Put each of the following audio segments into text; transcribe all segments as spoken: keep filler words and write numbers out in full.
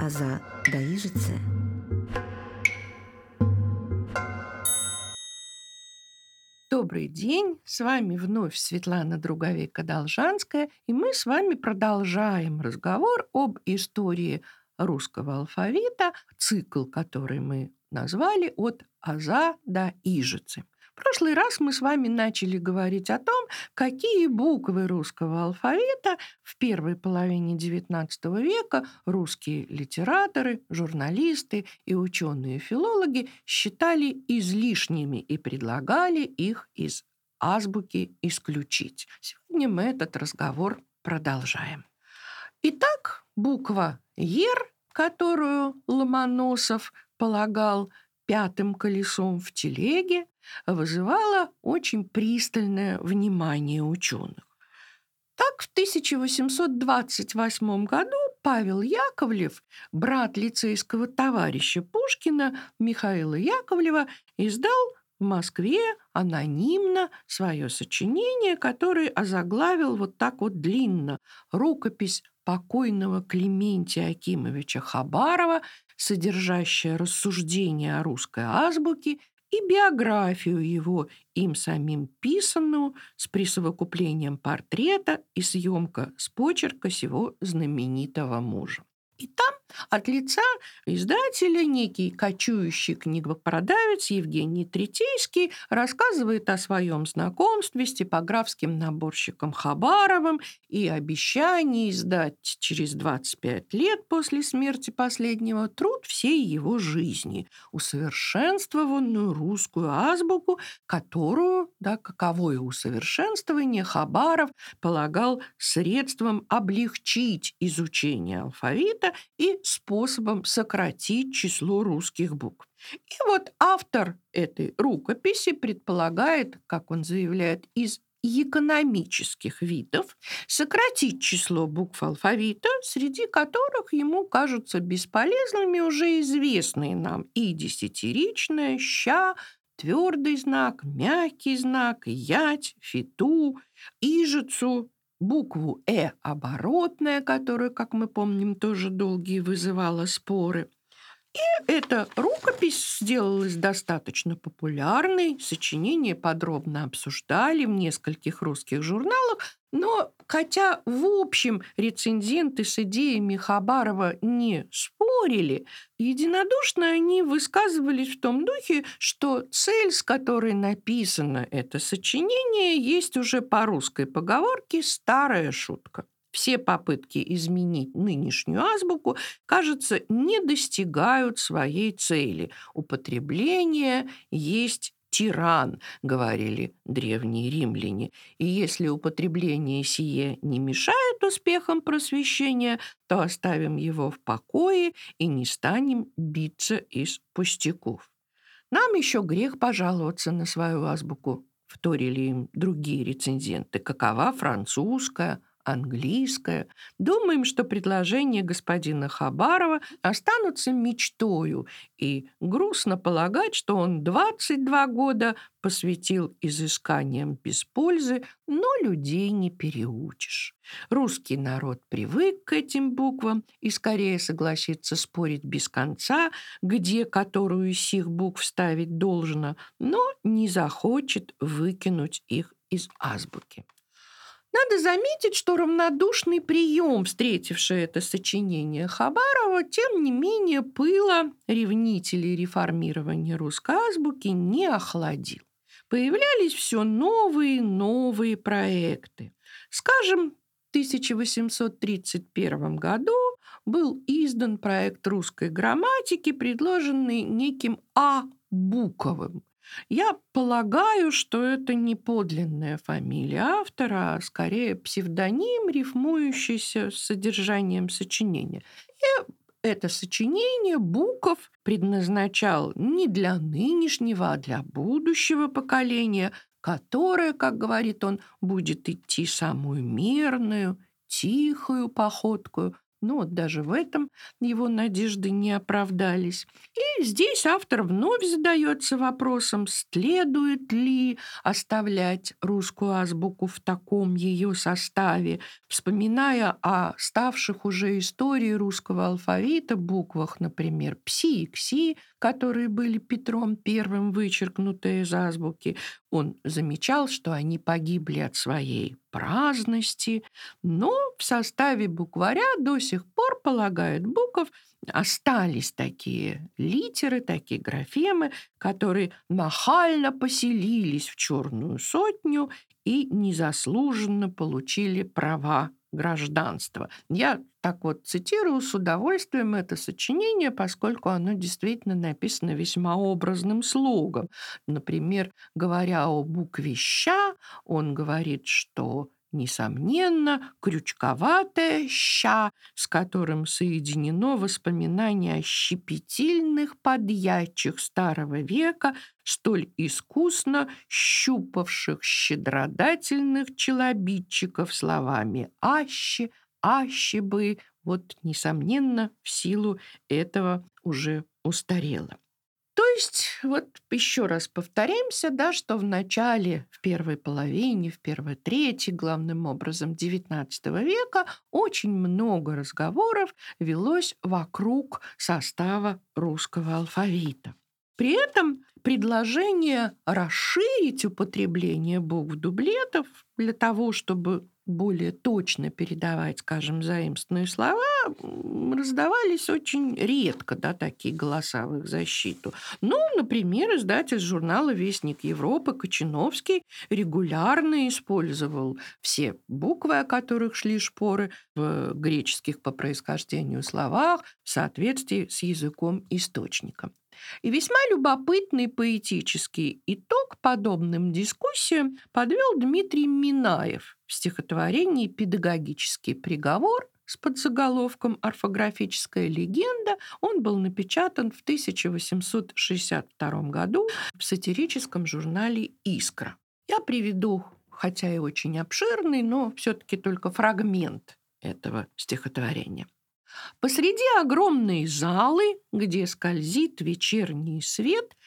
аза да Ижице. Добрый день, с вами вновь Светлана Друговек-Одолжанская, и мы с вами продолжаем разговор об истории русского алфавита, цикл, который мы назвали «От аза до Ижицы». В прошлый раз мы с вами начали говорить о том, какие буквы русского алфавита в первой половине девятнадцатого века русские литераторы, журналисты и ученые-филологи считали излишними и предлагали их из азбуки исключить. Сегодня мы этот разговор продолжаем. Итак, буква «ер», которую Ломоносов полагал пятым колесом в телеге, вызывала очень пристальное внимание ученых. Так, в тысяча восемьсот двадцать восьмом году Павел Яковлев, брат лицейского товарища Пушкина Михаила Яковлева, издал в Москве анонимно свое сочинение, которое озаглавил вот так вот длинно: «Рукопись покойного Климентия Акимовича Хабарова, содержащая рассуждения о русской азбуке и биографию его, им самим писанную, с присовокуплением портрета и съемка с почерка сего знаменитого мужа». И там от лица издателя некий кочующий книгопродавец Евгений Третейский рассказывает о своем знакомстве с типографским наборщиком Хабаровым и обещании издать через двадцать пять лет после смерти последнего труд всей его жизни, усовершенствованную русскую азбуку, которую, да, каковое усовершенствование Хабаров полагал средством облегчить изучение алфавита и способом сократить число русских букв. И вот автор этой рукописи предполагает, как он заявляет, из экономических видов сократить число букв алфавита, среди которых ему кажутся бесполезными уже известные нам и десятиричная, ща, твердый знак, мягкий знак, ять, фиту, ижицу, букву «э» оборотная, которая, как мы помним, тоже долгие вызывала споры. И эта рукопись сделалась достаточно популярной, сочинение подробно обсуждали в нескольких русских журналах, но хотя в общем рецензенты с идеями Хабарова не спорили, единодушно они высказывались в том духе, что цель, с которой написано это сочинение, есть уже по русской поговорке «старая шутка». Все попытки изменить нынешнюю азбуку, кажется, не достигают своей цели. Употребление есть тиран, говорили древние римляне. И если употребление сие не мешает успехам просвещения, то оставим его в покое и не станем биться из пустяков. Нам еще грех пожаловаться на свою азбуку, вторили им другие рецензенты. Какова французская, английская. Думаем, что предложения господина Хабарова останутся мечтою, и грустно полагать, что он двадцать два года посвятил изысканиям без пользы, но людей не переучишь. Русский народ привык к этим буквам и скорее согласится спорить без конца, где которую из сих букв ставить должно, но не захочет выкинуть их из азбуки. Надо заметить, что равнодушный прием, встретивший это сочинение Хабарова, тем не менее пыла ревнителей реформирования русской азбуки не охладил. Появлялись все новые и новые проекты. Скажем, в тысяча восемьсот тридцать первом году был издан проект русской грамматики, предложенный неким А. Буковым. Я полагаю, что это не подлинная фамилия автора, а скорее псевдоним, рифмующийся с содержанием сочинения. И это сочинение Буков предназначал не для нынешнего, а для будущего поколения, которое, как говорит он, будет идти самую мерную, тихую походкою Но вот даже в этом его надежды не оправдались. И здесь автор вновь задается вопросом, следует ли оставлять русскую азбуку в таком ее составе, вспоминая о ставших уже историей русского алфавита буквах, например, пси и кси, которые были Петром Первым вычеркнуты из азбуки. Он замечал, что они погибли от своей праздности, но в составе букваря до сих пор, полагает Буков, остались такие литеры, такие графемы, которые нахально поселились в черную сотню и незаслуженно получили права гражданства. Я так вот цитирую с удовольствием это сочинение, поскольку оно действительно написано весьма образным слогом. Например, говоря о букве «ща», он говорит, что несомненно, крючковатое «ща», с которым соединено воспоминание о щепетильных подьячих старого века, столь искусно щупавших щедродательных челобитчиков словами «аще», «аще бы», вот, несомненно, в силу этого уже устарело. То есть, вот еще раз повторимся, да, что в начале, в первой половине, в первой трети, главным образом, девятнадцатого века очень много разговоров велось вокруг состава русского алфавита. При этом предложение расширить употребление букв дублетов для того, чтобы более точно передавать, скажем, заимственные слова, раздавались очень редко, да, такие голоса в их защиту. Ну, например, издатель журнала «Вестник Европы» Кочиновский регулярно использовал все буквы, о которых шли споры, в греческих по происхождению словах в соответствии с языком-источником. И весьма любопытный поэтический итог подобным дискуссиям подвел Дмитрий Минаев в стихотворении «Педагогический приговор» с подзаголовком «Орфографическая легенда». Он был напечатан в тысяча восемьсот шестьдесят втором году в сатирическом журнале «Искра». Я приведу, хотя и очень обширный, но все-таки только фрагмент этого стихотворения. Посреди огромной залы, где скользит вечерний свет,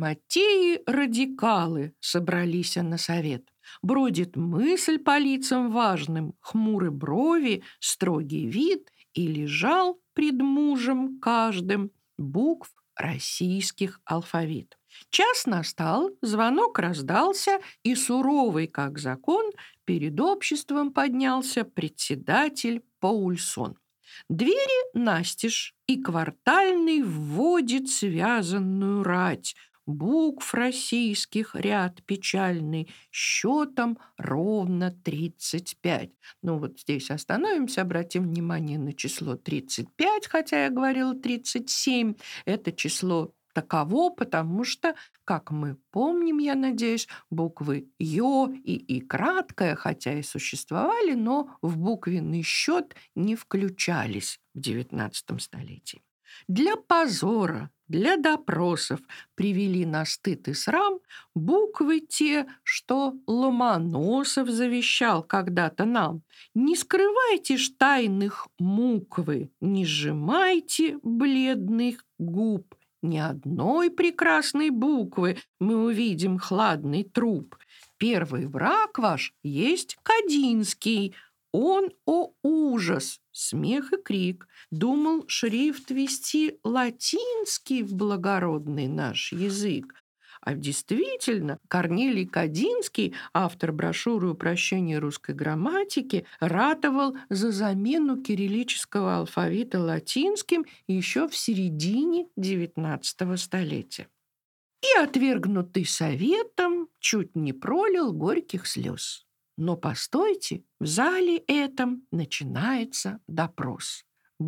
грамотеи-радикалы собрались на совет. Бродит мысль по лицам важным, хмуры брови, строгий вид, и лежал пред мужем каждым букв российских алфавит. Час настал, звонок раздался, и суровый, как закон, перед обществом поднялся председатель Паульсон. Двери настежь, и квартальный вводит связанную рать, букв российских ряд печальный, счетом ровно тридцать пять. Ну вот здесь остановимся, обратим внимание на число тридцать пять, хотя я говорила тридцать семь. Это число таково, потому что, как мы помним, я надеюсь, буквы «ё» и «и» краткое, хотя и существовали, но в буквенный счет не включались в девятнадцатом столетии. Для позора, для допросов привели на стыд и срам буквы те, что Ломоносов завещал когда-то нам. Не скрывайте ж тайных муквы, не сжимайте бледных губ. Ни одной прекрасной буквы мы увидим хладный труп. Первый враг ваш есть Кадинский. Он, о ужас, смех и крик, думал шрифт вести латинский в благородный наш язык. А действительно, Корнелий Кадинский, автор брошюры «Упрощение русской грамматики», ратовал за замену кириллического алфавита латинским еще в середине девятнадцатого столетия. И, отвергнутый советом, чуть не пролил горьких слез. Но постойте, в зале этом начинается допрос.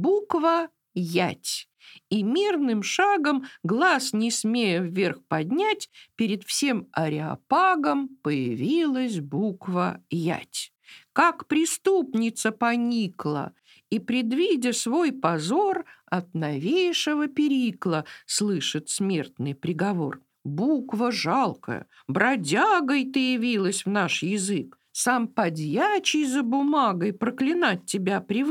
Буква «ять». И мирным шагом, глаз не смея вверх поднять, перед всем ареопагом появилась буква «ять». Как преступница поникла, и, предвидя свой позор, от новейшего Перикла слышит смертный приговор. Буква жалкая, бродягой ты явилась в наш язык. Сам подьячий за бумагой проклинать тебя привык.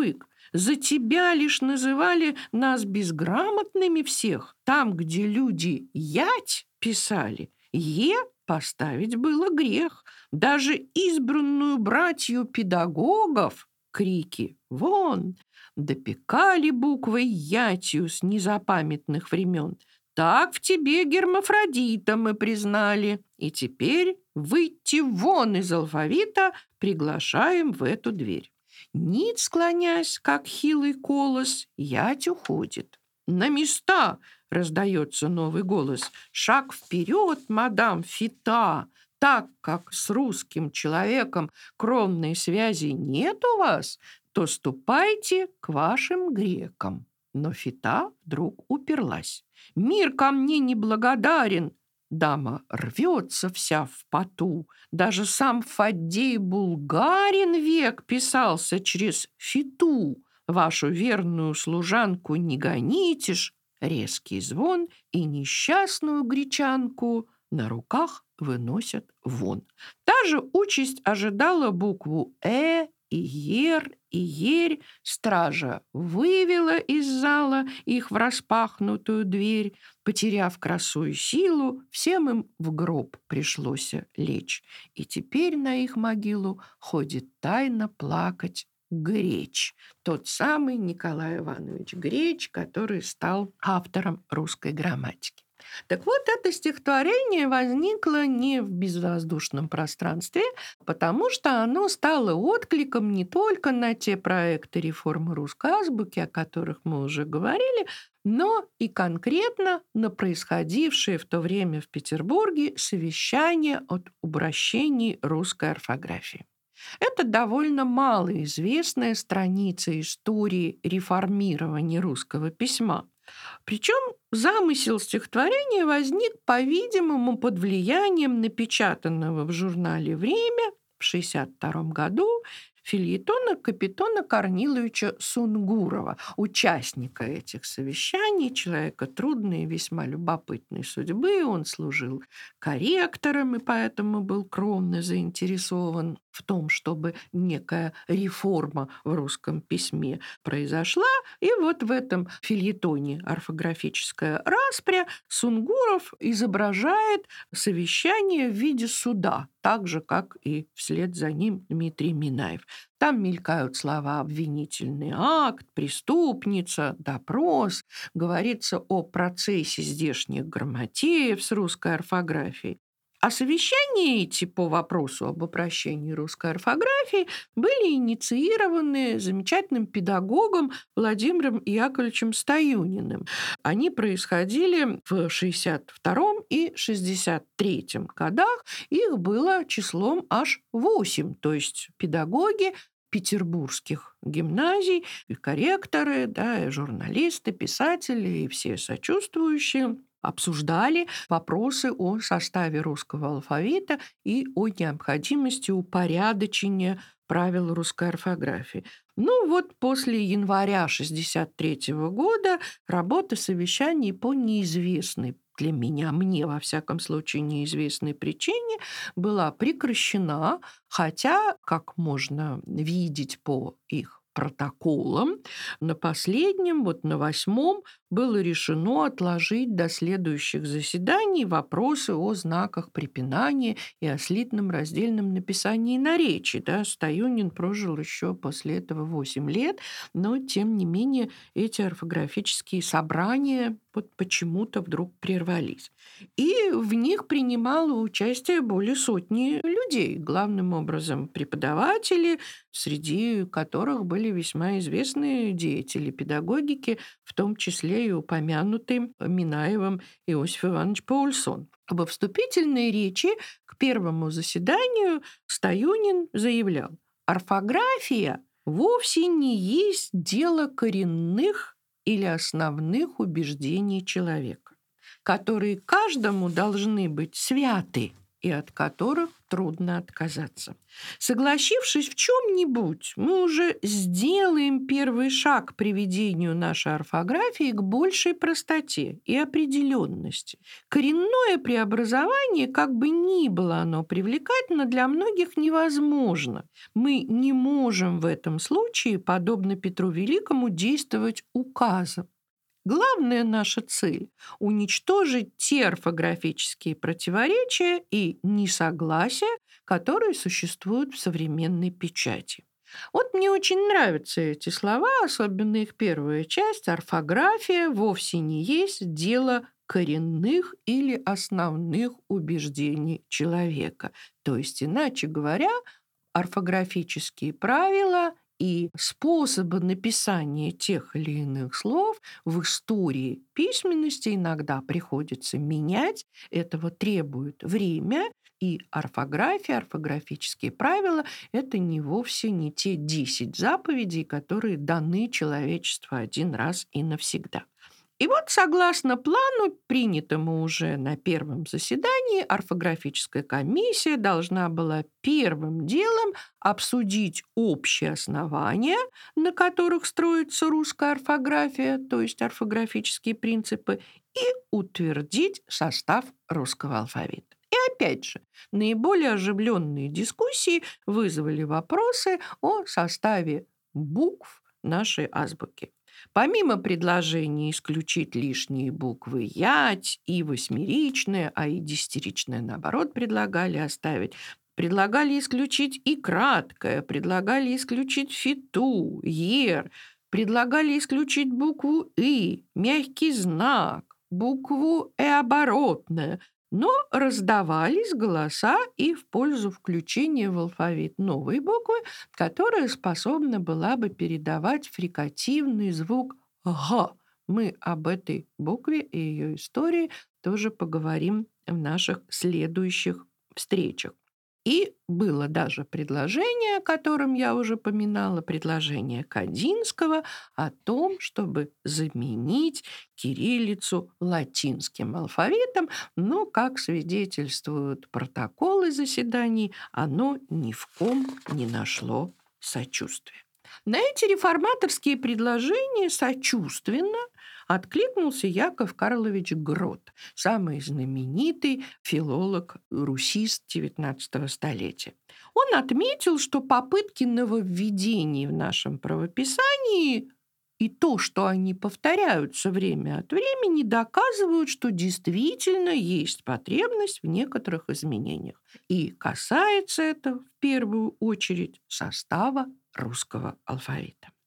За тебя лишь называли нас безграмотными всех. Там, где люди «ять» писали, «е» поставить было грех. Даже избранную братью педагогов крики «вон» допекали буквой «ятью» с незапамятных времен. Так в тебе гермафродита мы признали, и теперь выйти вон из алфавита приглашаем в эту дверь. Ниц, склонясь, как хилый колос, ять уходит. «На места!» — раздается новый голос. «Шаг вперед, мадам Фита! Так как с русским человеком кровной связи нет у вас, то ступайте к вашим грекам». Но Фита вдруг уперлась. «Мир ко мне неблагодарен!» Дама рвется вся в поту. Даже сам Фаддей Булгарин век писался через Фиту. Вашу верную служанку не гонитишь. Резкий звон, и несчастную гречанку на руках выносят вон. Та же участь ожидала букву «э», и «ер», и «ерь». Стража вывела из зала их в распахнутую дверь. Потеряв красу и силу, всем им в гроб пришлось лечь. И теперь на их могилу ходит тайно плакать Греч, тот самый Николай Иванович Греч, который стал автором русской грамматики. Так вот, это стихотворение возникло не в безвоздушном пространстве, потому что оно стало откликом не только на те проекты реформы русской азбуки, о которых мы уже говорили, но и конкретно на происходившее в то время в Петербурге совещание от обращений русской орфографии. Это довольно малоизвестная страница истории реформирования русского письма. Причем замысел стихотворения возник, по-видимому, под влиянием напечатанного в журнале «Время» в шестьдесят втором году фельетона Капитона Корниловича Сунгурова, участника этих совещаний, человека трудной и весьма любопытной судьбы. Он служил корректором и поэтому был кровно заинтересован в том, чтобы некая реформа в русском письме произошла. И вот в этом фельетоне «Орфографическая распря» Сунгуров изображает совещание в виде суда, так же, как и вслед за ним Дмитрий Минаев. Там мелькают слова «обвинительный акт», «преступница», «допрос». Говорится о процессе здешних грамотеев с русской орфографией. А совещания эти по вопросу об упрощении русской орфографии были инициированы замечательным педагогом Владимиром Яковлевичем Стоюниным. Они происходили в шестьдесят втором и шестьдесят третьем годах. Их было числом аж восемь, то есть педагоги петербургских гимназий, и корректоры, да, и журналисты, писатели и все сочувствующие обсуждали вопросы о составе русского алфавита и о необходимости упорядочения правил русской орфографии. Ну вот после января шестьдесят третьего года работа совещаний по неизвестной для меня, мне, во всяком случае, неизвестной причине была прекращена, хотя, как можно видеть по их протоколам, на последнем, вот на восьмом, было решено отложить до следующих заседаний вопросы о знаках препинания и о слитном раздельном написании наречий. Да, Стоюнин прожил еще после этого восемь лет, но, тем не менее, эти орфографические собрания вот почему-то вдруг прервались. И в них принимало участие более сотни людей, главным образом преподаватели, среди которых были весьма известные деятели педагогики, в том числе и упомянутый Минаевым Иосиф Иванович Паульсон. Во вступительной речи к первому заседанию Стоюнин заявлял: орфография вовсе не есть дело коренных или основных убеждений человека, которые каждому должны быть святы и от которых трудно отказаться. Согласившись в чем-нибудь, мы уже сделаем первый шаг к приведению нашей орфографии к большей простоте и определенности. Коренное преобразование, как бы ни было оно привлекательно, для многих невозможно. Мы не можем в этом случае, подобно Петру Великому, действовать указом. Главная наша цель – уничтожить те орфографические противоречия и несогласия, которые существуют в современной печати. Вот мне очень нравятся эти слова, особенно их первая часть. Орфография вовсе не есть дело коренных или основных убеждений человека. То есть, иначе говоря, орфографические правила и способы написания тех или иных слов в истории письменности иногда приходится менять. Этого требует время, и орфография, орфографические правила – это не вовсе не те десять заповедей, которые даны человечеству один раз и навсегда. И вот, согласно плану, принятому уже на первом заседании, орфографическая комиссия должна была первым делом обсудить общие основания, на которых строится русская орфография, то есть орфографические принципы, и утвердить состав русского алфавита. И опять же, наиболее оживленные дискуссии вызвали вопросы о составе букв нашей азбуки. Помимо предложения исключить лишние буквы «ять» и восьмеричные, а и десятиричные, наоборот, предлагали оставить, предлагали исключить и краткое, предлагали исключить фиту, ер, предлагали исключить букву «и», мягкий знак, букву «э» оборотная, но раздавались голоса и в пользу включения в алфавит новой буквы, которая способна была бы передавать фрикативный звук «г». Мы об этой букве и ее истории тоже поговорим в наших следующих встречах. И было даже предложение, о котором я уже поминала, предложение Кандинского о том, чтобы заменить кириллицу латинским алфавитом, но, как свидетельствуют протоколы заседаний, оно ни в ком не нашло сочувствия. На эти реформаторские предложения сочувственно откликнулся Яков Карлович Грот, самый знаменитый филолог-русист девятнадцатого столетия. Он отметил, что попытки нововведений в нашем правописании и то, что они повторяются время от времени, доказывают, что действительно есть потребность в некоторых изменениях. И касается это в первую очередь состава русского алфавита.